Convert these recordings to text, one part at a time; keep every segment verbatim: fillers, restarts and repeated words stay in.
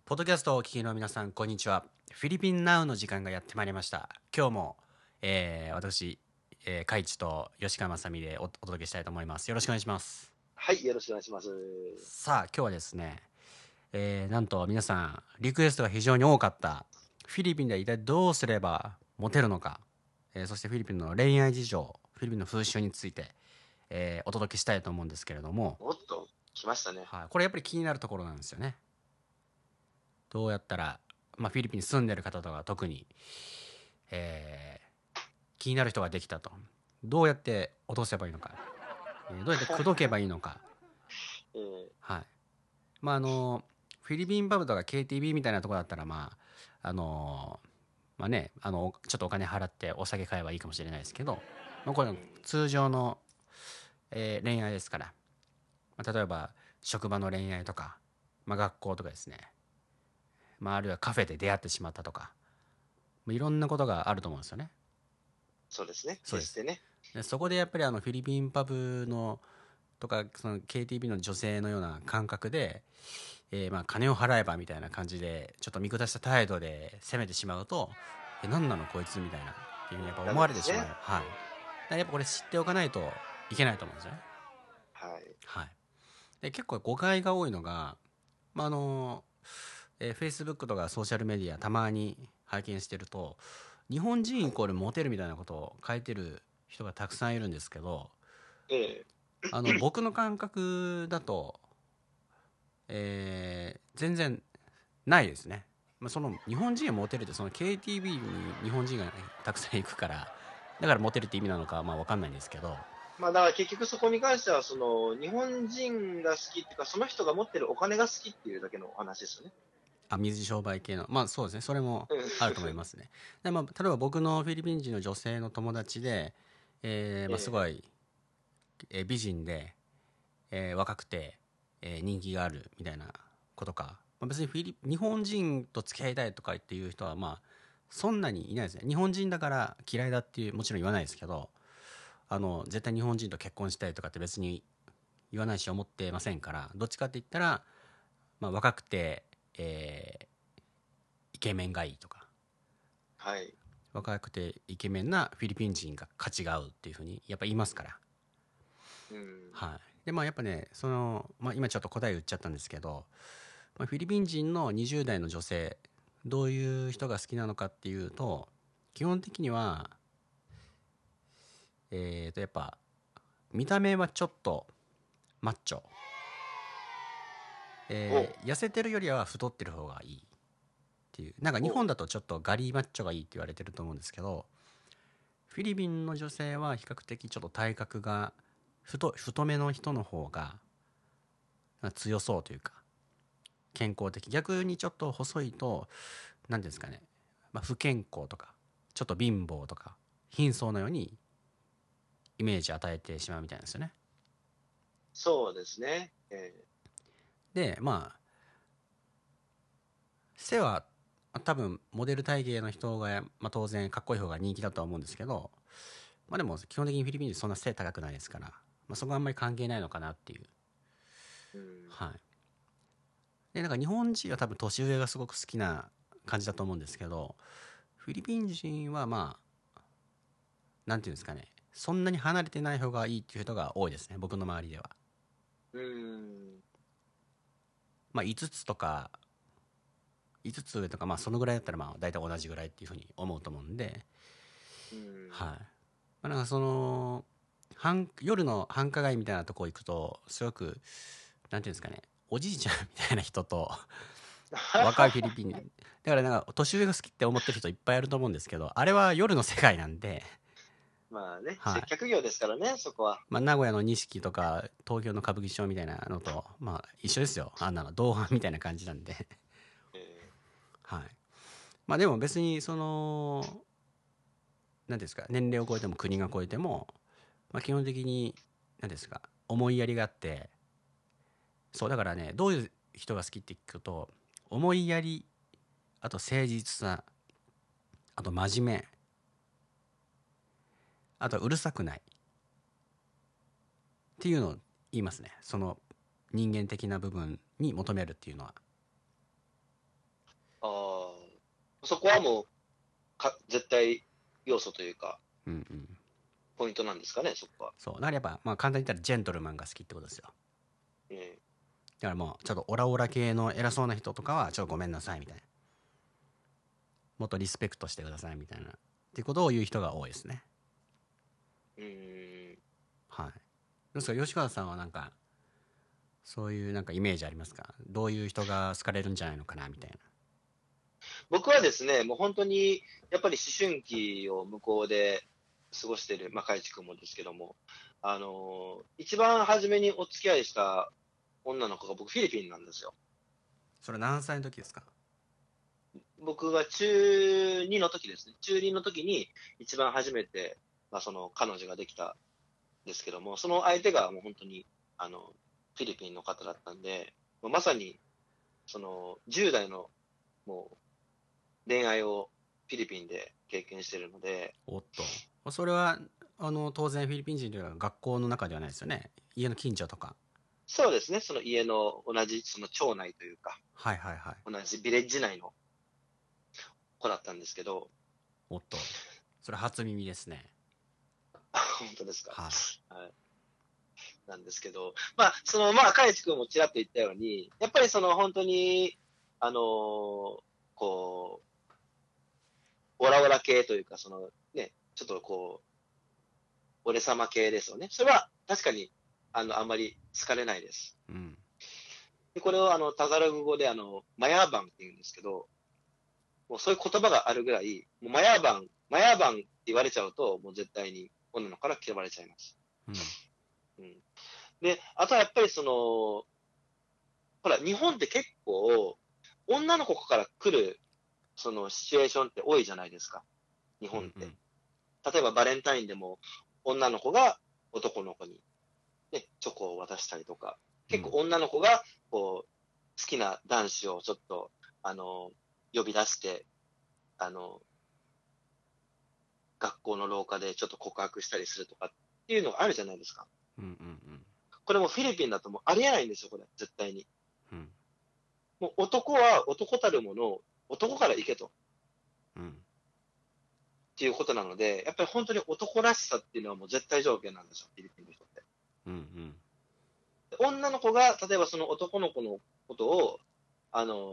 ポッドキャストをお聞きの皆さん、こんにちは。フィリピンナウの時間がやってまいりました。今日も、えー、私、えー、カイチと吉川雅美で お, お届けしたいと思います。よろしくお願いします。 はい、よろしくお願いします。 さあ、今日はですね、えー、なんと皆さん、リクエストが非常に多かった、フィリピンで一体どうすればモテるのか、えー、そしてフィリピンの恋愛事情、フィリピンの風習について、えー、お届けしたいと思うんですけれども、 おっと、来ましたね。 はい、これやっぱり気になるところなんですよね。どうやったら、まあ、フィリピンに住んでる方とか特に、えー気になる人ができたと、どうやって落とせばいいのか、えーどうやって口説けばいいのか、 えー、 はい、まああのフィリピンパブとか ケーティービー みたいなところだったら、まああのまあね、あのちょっとお金払ってお酒買えばいいかもしれないですけど、まあ、これ通常の、えー恋愛ですから、まあ、例えば職場の恋愛とか、まあ、学校とかですね、まあ、あるいはカフェで出会ってしまったとか、まあいろんなことがあると思うんですよね。 そうですね。 そうです。 決してね。 でそこでやっぱりあのフィリピンパブのとかその ケーティービー の女性のような感覚で、えーまあ金を払えばみたいな感じでちょっと見下した態度で攻めてしまうと、え何なのこいつみたいなっていうふうにやっぱ思われてしまう、 ダメですね。 はい、だからやっぱこれ知っておかないといけないと思うんですよね。 はい。 はい。で結構誤解が多いのが、まああのえー、Facebook とかソーシャルメディアたまに拝見してると、日本人イコールモテるみたいなことを書いてる人がたくさんいるんですけど、 えあの僕の感覚だと、えー全然ないですね。まあ、その日本人がモテるって、その ケーティービー に日本人がたくさん行くからだからモテるって意味なのかまあ分かんないんですけど、 ー、まあだから結局そこに関しては、その、日本人が好きっていうか、その人が持ってるお金が好きっていうだけのお話ですよね。 あ、水商売系の、まあそうですね、それもうん。 あると思いますね。で、まあ、例えば僕のフィリピン人の女性の友達で、えーまあ、すごえい、えー美人で、えー若くて、えー人気があるみたいなことか、まあ、別にフィリ日本人と付き合いたいとかっていう人はまあそんなにいないですね。日本人だから嫌いだっていうもちろん言わないですけど、あの絶対日本人と結婚したいとかって別に言わないし思ってませんから、どっちかって言ったら、まあ、若くて、えーイケメンがいいとか、 ー、はい。 若くてイケメンなフィリピン人が価値が合うっていうふうにやっぱ言いますから。 うん。 はい。でまあやっぱね、その、まあ、今ちょっと答え言っちゃったんですけど、まあ、フィリピン人のにじゅう代の女性、どういう人が好きなのかっていうと、基本的にはえーとやっぱ見た目はちょっとマッチョ、 お、 えー痩せてるよりは太ってる方がいいっていう、なんか日お、 本だとちょっとガリマッチョがいいって言われてると思うんですけど、フィリピンの女性は比較的ちょっと体格が太太めの人の方が強そうというか健康的。逆にちょっと細いと何ですかね、まあ、不健康とかちょっと貧乏とか貧相のようにイメージ与えてしまうみたいなんですよね。 そうですね。えでまあ背は多分モデル体型の人が、まあ、当然かっこいい方が人気だとは思うんですけど、まあでも基本的にフィリピン人そんな背高くないですから、まあ、そこはあんまり関係ないのかなっていう。 ー、うん。 はい。でなんか日本人は多分年上がすごく好きな感じだと思うんですけど、フィリピン人はまあなんていうんですかね、そんなに離れてない方がいいっていう人が多いですね、僕の周りでは。 うーん。 まあいつつとかいつつ上とか、まあそのぐらいだったらまあ大体同じぐらいっていうふうに思うと思うんで、 うん。 はい。まあ、なんかその繁夜の繁華街みたいなとこ行くとすごくなんていうんですかね、おじいちゃんみたいな人と若いフィリピン人だからなんか年上が好きって思ってる人いっぱいいると思うんですけど、あれは夜の世界なんで、 まあね、 はい。 接客業ですからね、そこは。 まあ、名古屋の錦とか東京の歌舞伎町みたいなのとまあ一緒ですよ、あんなの同伴みたいな感じなんでえはい。まあでも別にその何ですか、年齢を超えても国が超えても、まあ、基本的に何ですか思いやりがあって、そうだからね、どういう人が好きって聞くと、思いやり、あと誠実さ、あと真面目、あとうるさくないっていうのを言いますね、その人間的な部分に求めるっていうのは。 ああ、そこはもうか絶対要素というか、 うんうん。 ポイントなんですかね、そこは。 そうだからやっぱまあ簡単に言ったらジェントルマンが好きってことですよ。 えだからもうちょっとオラオラ系の偉そうな人とかはちょっとごめんなさいみたいな、もっとリスペクトしてくださいみたいなっていうことを言う人が多いですね。 うーん。 はい。ですから吉川さんはなんかそういうなんかイメージありますか？どういう人が好かれるんじゃないのかなみたいな。 僕はですね、もう本当に、やっぱり思春期を向こうで過ごしている、まあ、海地君もですけども、あのー一番初めにお付き合いした女の子が僕、フィリピンなんですよ。 それ何歳の時ですか？ 僕が中にの時ですね。中にの時に一番初めて、まあ、その彼女ができたんですけども、その相手がもう本当に、あの、フィリピンの方だったんで、まさに、その、じゅう代の、もう、恋愛をフィリピンで経験しているので、 おっと、それはあの当然フィリピン人というのは学校の中ではないですよね。家の近所とか。 そうですね、その家の同じ、その町内というか、 はいはいはい。 同じビレッジ内の子だったんですけど、 おっと、それ初耳ですね。 本当ですか。 はい。 はい。なんですけど、まあ、その、まあ、カイチ君もちらっと言ったように、やっぱりその、本当に、あのーこう、オラオラ系というか、その、ね、ちょっとこう、俺様系ですよね。それは、確かに、あの、あんまり好かれないです。 うん。 でこれを、あの、タガログ語で、あの、マヤーバンって言うんですけど、もうそういう言葉があるぐらい、もうマヤーバン、マヤーバンって言われちゃうと、もう絶対に女の子から嫌われちゃいます。 うん。 うん。で、あとはやっぱりその、ほら、日本って結構、女の子から来る、そのシチュエーションって多いじゃないですか。日本って。 うんうん。 例えばバレンタインでも、女の子が男の子に、ね、チョコを渡したりとか、結構女の子が、こう、好きな男子をちょっと、あの、呼び出して、あの、学校の廊下でちょっと告白したりするとかっていうのがあるじゃないですか。 うんうんうんこれもフィリピンだともうありえないんですよ、これ、絶対に。 うんもう男は男たるものを男から行けと。 うんっていうことなので、やっぱり本当に男らしさっていうのはもう絶対条件なんですよ、フィリピンの人って。 うんうんで女の子が、例えばその男の子のことを、あのー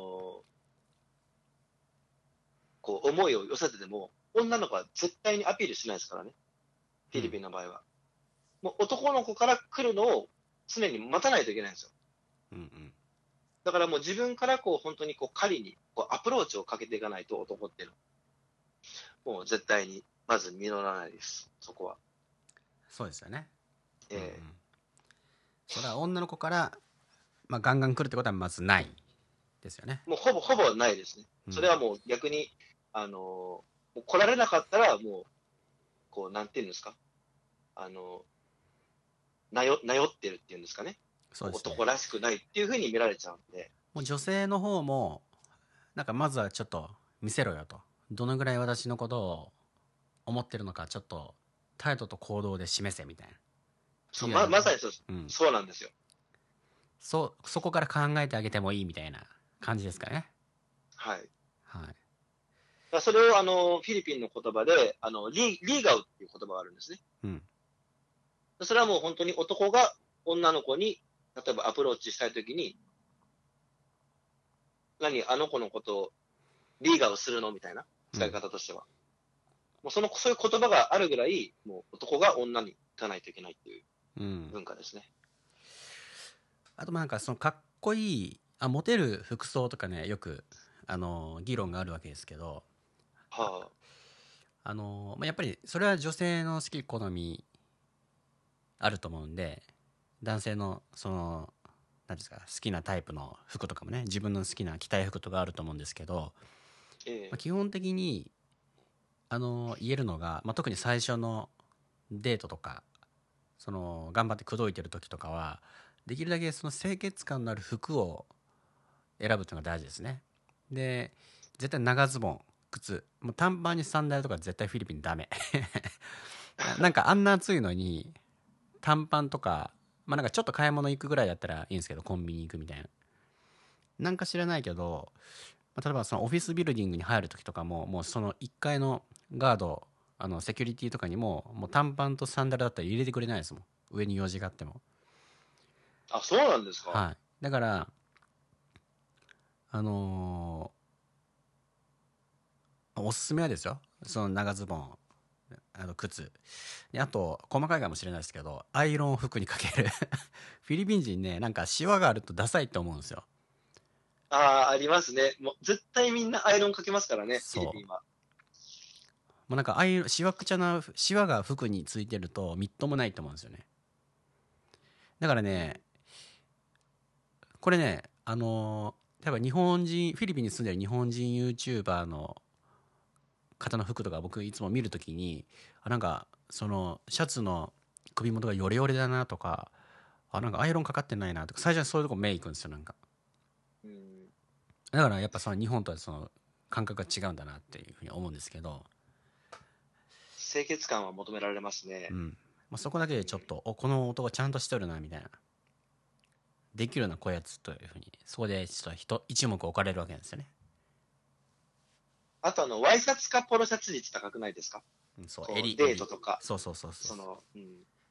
こう、思いを寄せてても、女の子は絶対にアピールしないですからね、フィリピンの場合は。もう男の子から来るのを常に待たないといけないんですよ。 うんうんだからもう自分からこう、本当にこう、狩りにこうアプローチをかけていかないと男っていうのは、もう絶対に、まず実らないです、そこは。 そうですよね。うんうん。 えそれは女の子から、まあ、ガンガン来るってことはまずないですよね。 ーもうほぼ、ほぼないですね。 うんそれはもう逆に、あのーもう来られなかったら、もう、こう、なんていうんですか、あのーなよ、なよってるっていうんですかね。 そうですね。 男らしくないっていうふうに見られちゃうんで、 もう女性の方もなんかまずはちょっと見せろよと、どのぐらい私のことを思ってるのかちょっと態度と行動で示せみたいな。 そう、ま、まさに、 にそうです。 うん、 そうなんですよ。 そそこから考えてあげてもいいみたいな感じですかね。 はい。だかはい。 らそれを、あの、フィリピンの言葉で、あの、リリーガウっていう言葉があるんですね。 うんそれはもう本当に男が女の子に、例えばアプローチしたいときに、何、あの子のことをリーガウするのみたいな使い方としては。もうその、そういう言葉があるぐらい、もう男が女に行かないといけないっていううん。 文化ですね。 あとまあなんかそのかっこいい、あモテる服装とかねよくあの議論があるわけですけど、 はあのまあ、やっぱりそれは女性の好き好みあると思うんで、男性のその何ですか好きなタイプの服とかもね自分の好きな着たい服とかあると思うんですけど、 あ、えまあ、基本的にあの言えるのが、まあ、特に最初のデートとかその頑張って口説いてる時とかはできるだけその清潔感のある服を選ぶっていうのが大事ですね。で絶対長ズボン靴もう短パンにサンダルとか絶対フィリピンダメなんかあんな暑いのに短パンとか、まあなんかちょっと買い物行くぐらいだったらいいんですけど、コンビニ行くみたいななんか知らないけどまあ、例えばそのオフィスビルディングに入る時とかも、もうそのいっかいのガード、あのセキュリティとかにももう短パンとサンダルだったら入れてくれないですもん、上に用事があっても。 あ、そうなんですか。 はい、だからあのーおすすめはですよ、その長ズボン、あの靴で、あと細かいかもしれないですけど、アイロンを服にかけるフィリピン人ね、なんかシワがあるとダサいと思うんですよ。 ああ、ありますね。もう絶対みんなアイロンかけますからね、フィリピンは。 もうなんかアイシワくちゃなシワが服についてるとみっともないと思うんですよね。だからね、これね、あのー、例えば日本人、フィリピンに住んでる日本人 YouTuber の方の服とか僕いつも見るときに、あ、なんかそのシャツの首元がヨレヨレだなとか、あ、なんかアイロンかかってないなとか、最初はそういうとこ目いくんですよ、なんか。 うん、 だからやっぱその日本とはその感覚が違うんだなっていうふうに思うんですけど、 清潔感は求められますね。 うん、まあ、そこだけでちょっと、お、この男ちゃんとしとるなみたいな、できるようなこやつというふうに、そこでちょっと一一目置かれるわけなんですよね。 あとあの、ワイシャツかポロシャツ率高くないですか？ うん、そう、 こう襟、襟。 デートとか、 そうそうそうそう。 その、うん、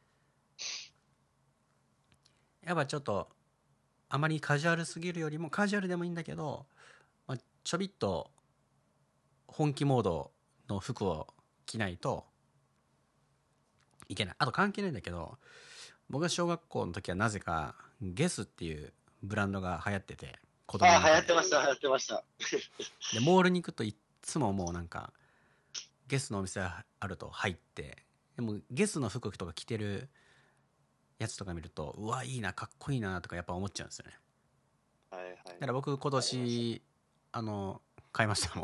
やっぱちょっと、あまりカジュアルすぎるよりも、カジュアルでもいいんだけど、まあ、ちょびっと本気モードの服を着ないといけない。あと関係ないんだけど、僕が小学校の時はなぜか、ゲスっていうブランドが流行ってて、子供ああ、流行の中で。 ってました、流行ってました。 で、モールに行くといっつももうなんか、ゲスのお店があると入って、でもゲスの服とか着てるやつとか見ると、うわいいな、かっこいいなとかやっぱ思っちゃうんですよね。 はいはい。 だから僕今年あの買いましたもん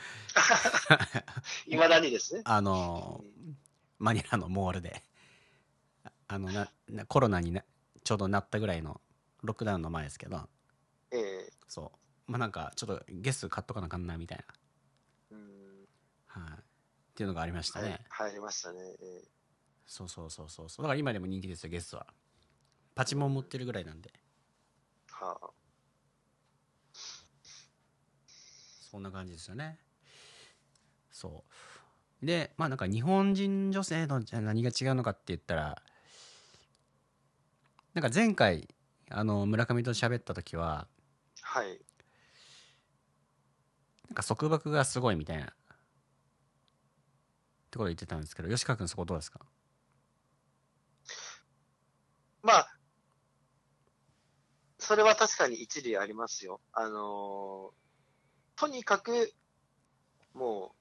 いまだにですね。 あのマニラのモールで、あのななコロナになちょうどなったぐらいのロックダウンの前ですけど、 ええ、 そうまあなんかちょっとゲス買っとかなあかんなみたいな、 うん、 はい、っていうのがありましたはい、 ね。 入りましたね。えそうそうそうそうそう、だから今でも人気ですよ、ゲスは。パチえ、うん、 モン持ってるぐらいなんで。 はあ、 そんな感じですよね。そうで、まあなんか日本人女性のじゃあ何が違うのかって言ったら、なんか前回あの村上と喋った時は、 はい。 なんか束縛がすごいみたいなってこと言ってたんですけど、吉川君そこどうですか？ まあ、それは確かに一理ありますよ。あのーとにかく、も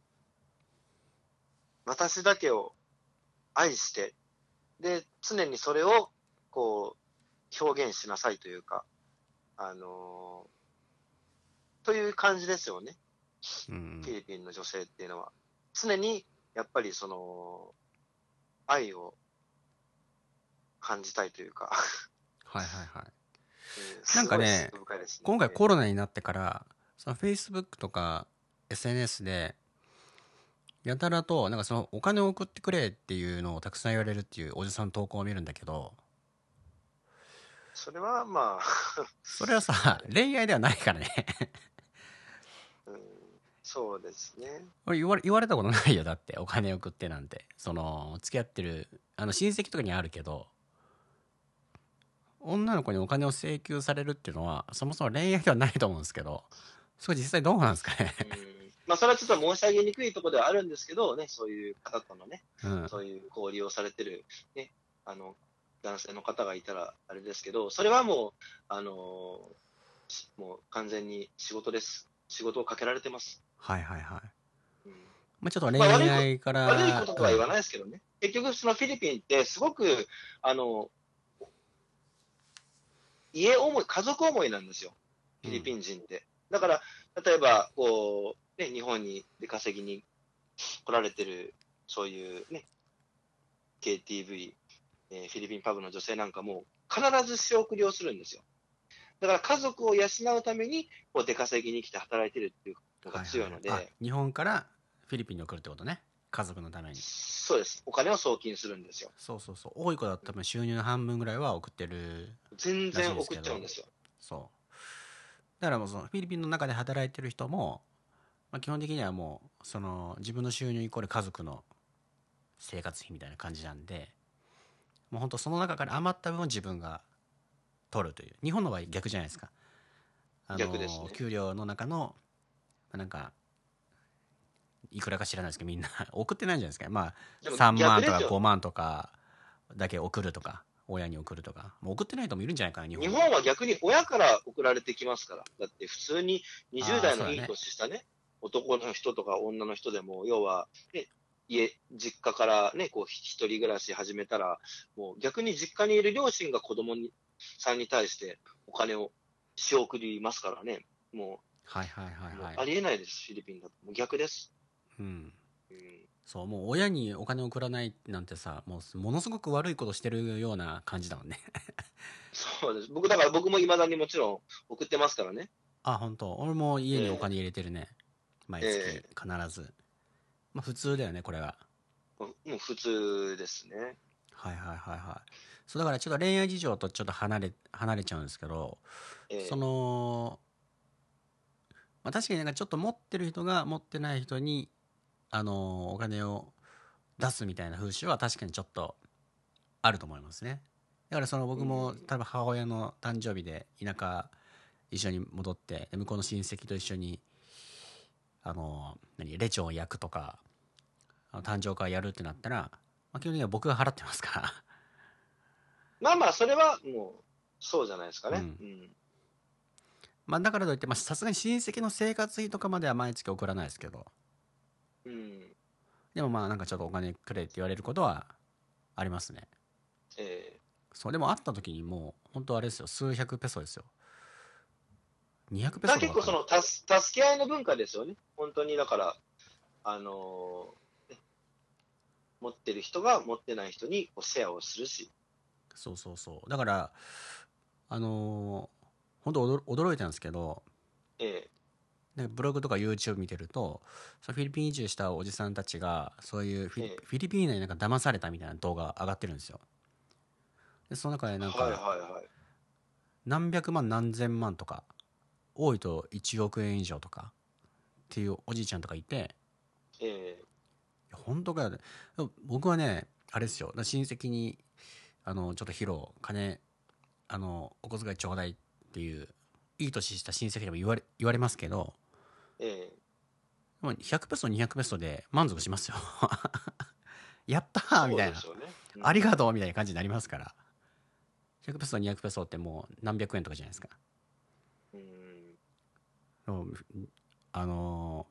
う、私だけを愛して、で、常にそれを、こう、表現しなさいというか、あのーという感じですよね。 うん、 フィリピンの女性っていうのは。常に、やっぱりその、愛を感じたいというか、 はいはいはい。 うんなんすごいかね、 深いですね。 今回コロナになってからその Facebook とか エスエヌエス でやたらとなんかそのお金を送ってくれっていうのをたくさん言われるっていうおじさんの投稿を見るんだけど、 それはまあ、 それはさ恋愛ではないからねうん、そうですね。 俺言われ言われたことないよ、だってお金送ってなんて。その付き合ってるあの親戚とかにあるけど、女の子にお金を請求されるっていうのはそもそも恋愛ではないと思うんですけど、それ実際どうなんですかねうんまあ、それはちょっと申し上げにくいところではあるんですけどね、そういう方とのね、 うん、 そういう交流をされてる、ね、あの、男性の方がいたらあれですけど、それはもう、あのしもう完全に仕事です。仕事をかけられてます。 はいはいはい。 うんまあちょっとまあ、 恋悪いこ愛か悪いら、 こととは言わないですけどね。結局、そのフィリピンってすごく、あの、家思い、家族思いなんですよ。フィリピン人って。だから、例えば、こう、ね、日本に出稼ぎに来られてる、そういうね、ケーティーブイ、えーフィリピンパブの女性なんかも、必ず仕送りをするんですよ。だから家族を養うために、こう出稼ぎに来て働いてるっていうのがはいはいはい、 強いので、 あ、日本からフィリピンに送るってことね、家族のために。 そうです。お金を送金するんですよ。 そうそうそう、多い子だったら収入の半分ぐらいは送ってる全らしい然送っですけど、 ちゃうんですよ。 そだからもうそのフィリピンの中で働いてる人も、まあ、基本的にはもうその自分の収入イコール家族の生活費みたいな感じなんで、もう本当その中から余った分を自分が取るという。日本の場合逆じゃないですか。あの逆ですね。 給料の中のなんかいくらか知らないですけどみんな送ってないんじゃないですか。まあでもさんまんとか逆ですよ。 ごまんとかだけ送るとか親に送るとか、もう送ってない人もいるんじゃないかな日本は。 日本は逆に親から送られてきますから。だって普通ににじゅう代のいいあーそうだね。 年したね、男の人とか女の人でも、要は、ね、家、実家からね、こう、一人暮らし始めたら、もう逆に実家にいる両親が子供にさんに対してお金を仕送りますからね。もはいはいはう、 いはい。 もうありえないです、フィリピンだと。もう逆です。 うんうん、 そう、もう親にお金送らないなんてさ、もうものすごく悪いことしてるような感じだもんね。 そうです。僕、だから僕も未だにもちろん送ってますからね。 あ、本当。俺も家にお金え入れてるね。毎え月え必ず。まあ普通だよね、これが。 えもう普通ですね。 はいはいはいはい。そうだからちょっと恋愛事情とちょっと離れ離れちゃうんですけど、そええの、まあ確かになんかちょっと持ってる人が持ってない人にあのお金を出すみたいな風習は確かにちょっとあると思いますね。だからその僕もうん多分母親の誕生日で田舎一緒に戻って向こうの親戚と一緒にあの何レチョンを焼くとかあの誕生会やるってなったら、まあ、基本的には僕が払ってますからまあまあ、それはもう、そうじゃないですかね。 うんうん。 まあだからといってまあさすがに親戚の生活費とかまでは毎月送らないですけど、 うん。 でもまあなんかちょっとお金くれって言われることはありますね。 ええそうでも会った時にもう本当あれですよ、数百ペソですよ。にひゃくペだからソとかかな。 結構その、たす、助け合いの文化ですよね。本当に、だから、あのーね持ってる人が持ってない人にこうシェアをするし。 そうそうそう。だからあのー本当驚驚いたんですけど、 ええなんかブログとか YouTube 見てると、そのフィリピン移住したおじさんたちがそういうフィリ、 ええフィリピン内になんか騙されたみたいな動画上がってるんですよ。でその中でなんはいかはいはい。 何百万何千万とか多いといちおくえん以上とかっていうおじいちゃんとかいて、 ええいや本当かよ。でも僕はねあれですよ、親戚にあのちょっと披露金あのお小遣いちょうだいっていういい年した親戚でも言われ言われますけど、 ええでもひゃくペソにひゃくペソで満足しますよやったーみそうたいな、 ですよね。うん、 ありがとうみたいな感じになりますから。ひゃくペソにひゃくペソってもう何百円とかじゃないですか。 うん。 でもあの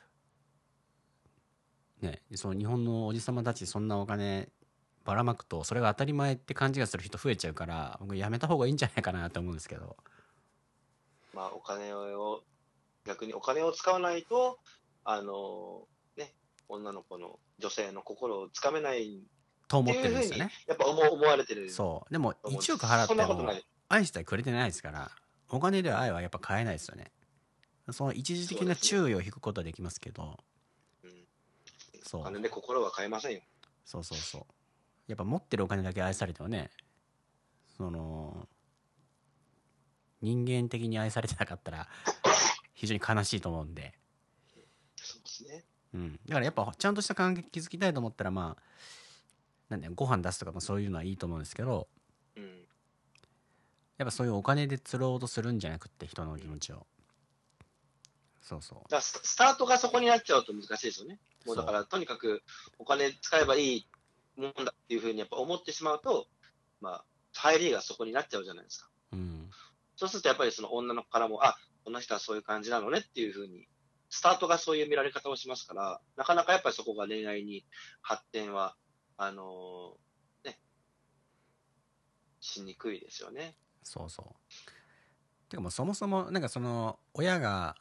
ーねその日本のおじさまたちそんなお金ばらまくとそれが当たり前って勘違いする人増えちゃうから、僕やめた方がいいんじゃないかなと思うんですけど。 まあ、お金を、逆にお金を使わないと、あのーね、女の子の、女性の心をつかめないっと思っていうふうに、 てるんですよね。 やっぱ思思われてるそうでもと思うんいちおくです。そん払ってもなことない。 愛してくれてないですから、お金では愛はやっぱ買えないですよね。その一時的なそうですね。 注意を引くことはできますけど、 うん。おそう金で心は買えませんよ。 そうそうそう、やっぱ持ってるお金だけ愛されてもね、その人間的に愛されてなかったら非常に悲しいと思うんで、 そうですね。 うん、だからやっぱちゃんとした関係築きたいと思ったら、まあなんだよご飯出すとかもそういうのはいいと思うんですけど、 うん。 やっぱそういうお金で釣ろうとするんじゃなくって人の気持ちを、そうそうだからススタートがそこになっちゃうと難しいですよね。もうだそうから、とにかくお金使えばいいもんだっていうふうにやっぱ思ってしまうと、まあ、入りがそこになっちゃうじゃないですか。 うんそうするとやっぱりその女の子からも、あ、この人はそういう感じなのねっていうふうに、スタートがそういう見られ方をしますから、なかなかやっぱりそこが恋愛に発展は、あのーね、しにくいですよね。 そうそうてかもうそもそもなんかその親が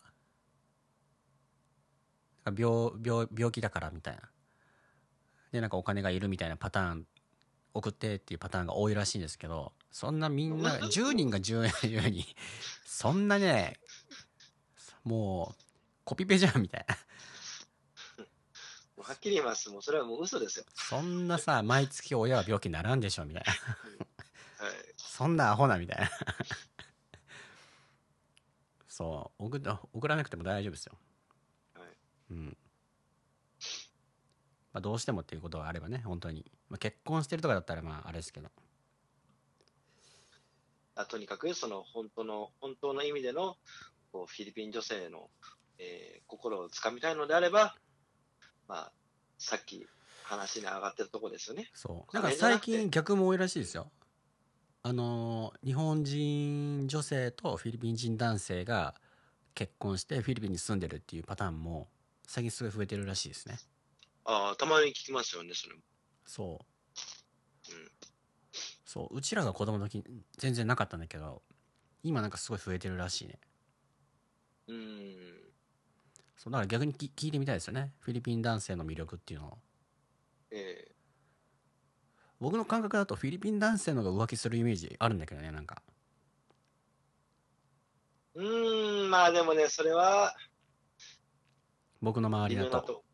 病病病気だからみたいなでなんかお金がいるみたいなパターン送ってっていうパターンが多いらしいんですけど、そんなみんなじゅうにんがじゅうにんそんなねもうコピペじゃんみたいなはっきり言います。もうそれはもう嘘ですよ。 そんなさ毎月親は病気にならんでしょみたいなはい。 そんなアホなみたいなそう送った送らなくても大丈夫ですよ。 はい。 うんまあ、どうしてもっていうことがあればね本当に、まあ、結婚してるとかだったらまああれですけど。 あとにかく、その本当の、本当の意味での、こう、フィリピン女性の、えー心をつかみたいのであれば、まあ、さっき話に上がってるとこですよね。 そうなんか金じゃな最くて、 近逆も多いらしいですよ。あのー日本人女性とフィリピン人男性が結婚してフィリピンに住んでるっていうパターンも最近すごい増えてるらしいですね。 ああ、たまに聞きますよね、それも。 そううん。 そううちらが子供の時全然なかったんだけど今なんかすごい増えてるらしいね。 うーん。 そうだから逆にき聞いてみたいですよねフィリピン男性の魅力っていうのを。 え僕の感覚だとフィリピン男性の方が浮気するイメージあるんだけどねなんか。 ー、うーん、まあでもね、それは僕の周りだと微妙なと、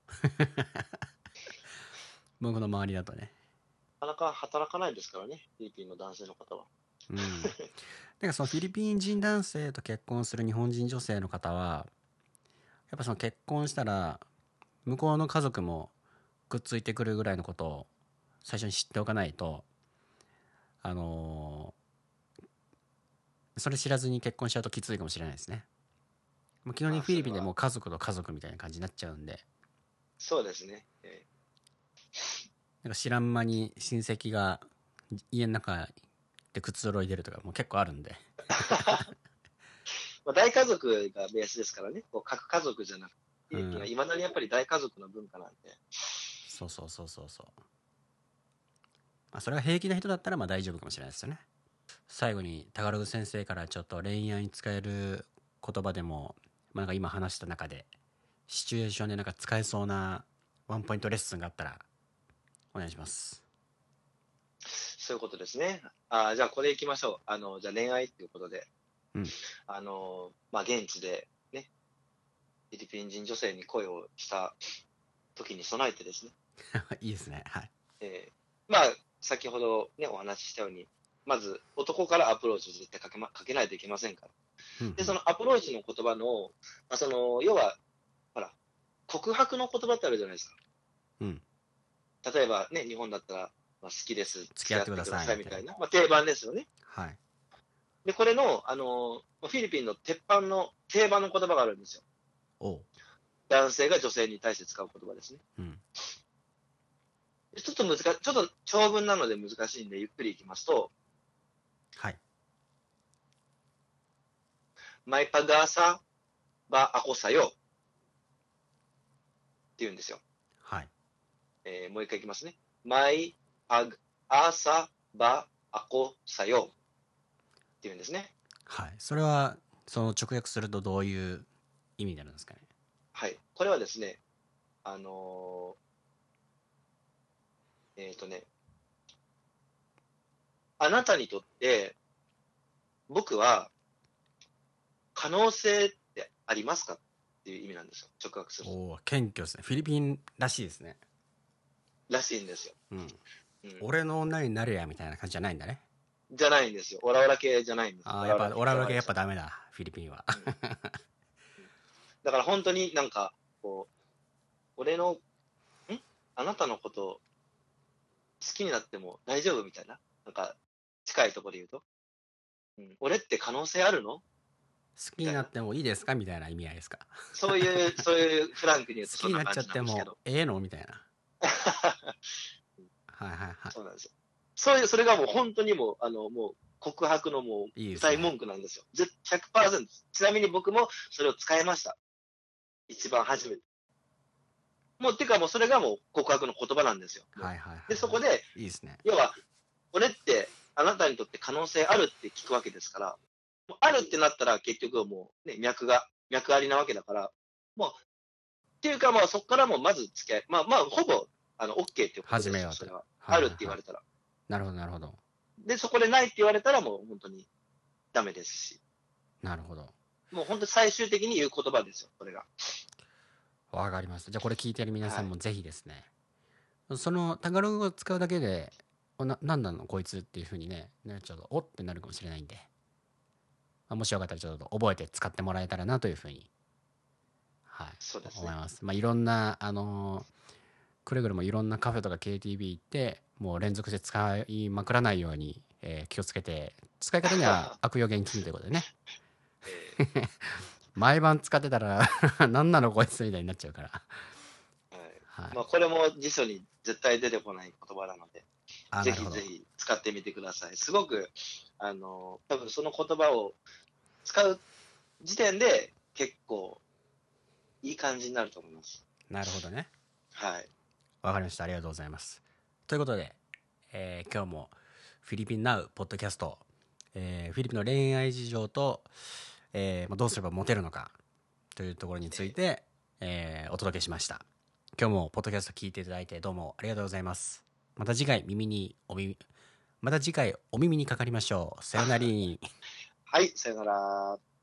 僕の周りだとね。 なかなか働かないですからね、フィリピンの男性の方は。 うんなんかそのフィリピン人男性と結婚する日本人女性の方はやっぱその結婚したら向こうの家族もくっついてくるぐらいのことを最初に知っておかないとあのーそれ知らずに結婚しちゃうときついかもしれないですね。もう基本的まあ、 にフィリピンでそれは、 もう家族と家族みたいな感じになっちゃうんでそうですね。えなんか知らん間に親戚が家の中でくつろいでるとかもう結構あるんで。 ーまあ、大家族がベースですからね、こう核家族じゃなくて、フィリピンはうんいまだにやっぱり大家族の文化なんで、 そうそうそうそうそう、まあ、それが平気な人だったらまあ大丈夫かもしれないですよね。最後にタガログ先生からちょっと恋愛に使える言葉でも、まあ、なんか今話した中でシチュエーションでなんか使えそうなワンポイントレッスンがあったらお願いします。 そういうことですね。あーじゃあこれ行きましょう。あの、じゃあ恋愛っていうことで、 うんあの、まあ、現地でね、フィリピン人女性に恋をした時に備えてですね、 いいですね。はい。 えーまあ、先ほどね、お話ししたように、まず男からアプローチを絶対かけ,、ま、かけないといけませんから。で、そうんうんのアプローチの言葉の、まあ、その、要は、ほら、告白の言葉ってあるじゃないですか。 うん例えばね、日本だったら、まあ、好きです、 付き合ってくだ付き合ってくださいみたいな。 さいみたいな、まあ、定番ですよね。 はい。 で、これの、あの、フィリピンの鉄板の定番の言葉があるんですよ。 おう。 男性が女性に対して使う言葉ですね。 うんちょっと難しい、ちょっと長文なので難しいんで、ゆっくりいきますと、 はい May pag-asa ba ako sa'yo? って言うんですよ。 はい。 えーもう一回いきますね。May pag-asa ba ako sa'yo? って言うんですね。 はい。それはその直訳するとどういう意味になるんですかね。 はい。これはですね、あのーえっ、とね、あなたにとって僕は可能性ってありますかっていう意味なんですよ。直訳すると。 おお、謙虚ですね。フィリピンらしいですね。 らしいんですよ。 うん。 うん。 俺の女になるやみたいな感じじゃないんだね。 じゃないんですよ。オラオラ系じゃないんですよ。 ああ、やっぱオラオラ系やっぱだ。 ダメだ、フィリピンは。 だから本当になんか、こう、俺の、んあなたのことを好きになっても大丈夫みたいな。なんか、近いところで言うと。うん、俺って可能性あるの好きになってもいいですかみたいな意味合いですか。 そういう、そういうフランクに言うと好きになっそんな感じちゃってもなんですけど。 ええのみたいな。はいはいはい。 そうなんですよ。そういう、それがもう本当にもう、あの、もう告白のもういいですね。 歌い文句なんですよ。ぜひゃくパーセント。ちなみに僕もそれを使いました。一番初めて。もう、っていうかもうそれがもう告白の言葉なんですよ。 はいはいはい。 で、そこで、 いいですね。 要は、俺ってあなたにとって可能性あるって聞くわけですから、もうあるってなったら結局はもうね、脈が、脈ありなわけだから、もう、っていうかまあそこからもうまず付き合い、まあまあほぼ、あの、OK っていうことですよ、 始めようと。 それは。 はいはいはいあるって言われたら。 なるほどなるほど。 で、そこでないって言われたらもう本当にダメですし。 なるほど。 もう本当に最終的に言う言葉ですよ、それが。 わかりました。じゃあこれ聞いてる皆さんはもぜひですね、そのタガログを使うだけで、おな、なんなのこいつっていうふうにね、ね、ちょっとおってなるかもしれないんで、 あ、もしよかったらちょっと覚えて使ってもらえたらなというふうに、はい、 そうですね。 思います。まあ、いろんなあのーくれぐれもいろんなカフェとか ケーティービー 行ってもう連続して使いまくらないように、えー気をつけて、使い方には悪用厳禁ということでね。 えー毎晩使ってたら何なのこいつみたいになっちゃうから。 はいはい。 まあ、これも辞書に絶対出てこない言葉なので、 あ、 ぜなるほど。 ひぜひ使ってみてください。すごく、あの、多分その言葉を使う時点で結構いい感じになると思います。 なるほどね。 はい。 わかりました。ありがとうございます。ということで、えー今日もフィリピンナウポッドキャスト、えーフィリピンの恋愛事情と、えーまあ、どうすればモテるのかというところについて、えーお届けしました。今日もポッドキャスト聞いていただいてどうもありがとうございます。また次回耳にお耳また次回お耳にかかりましょう。さよなら。 はい、さよなら。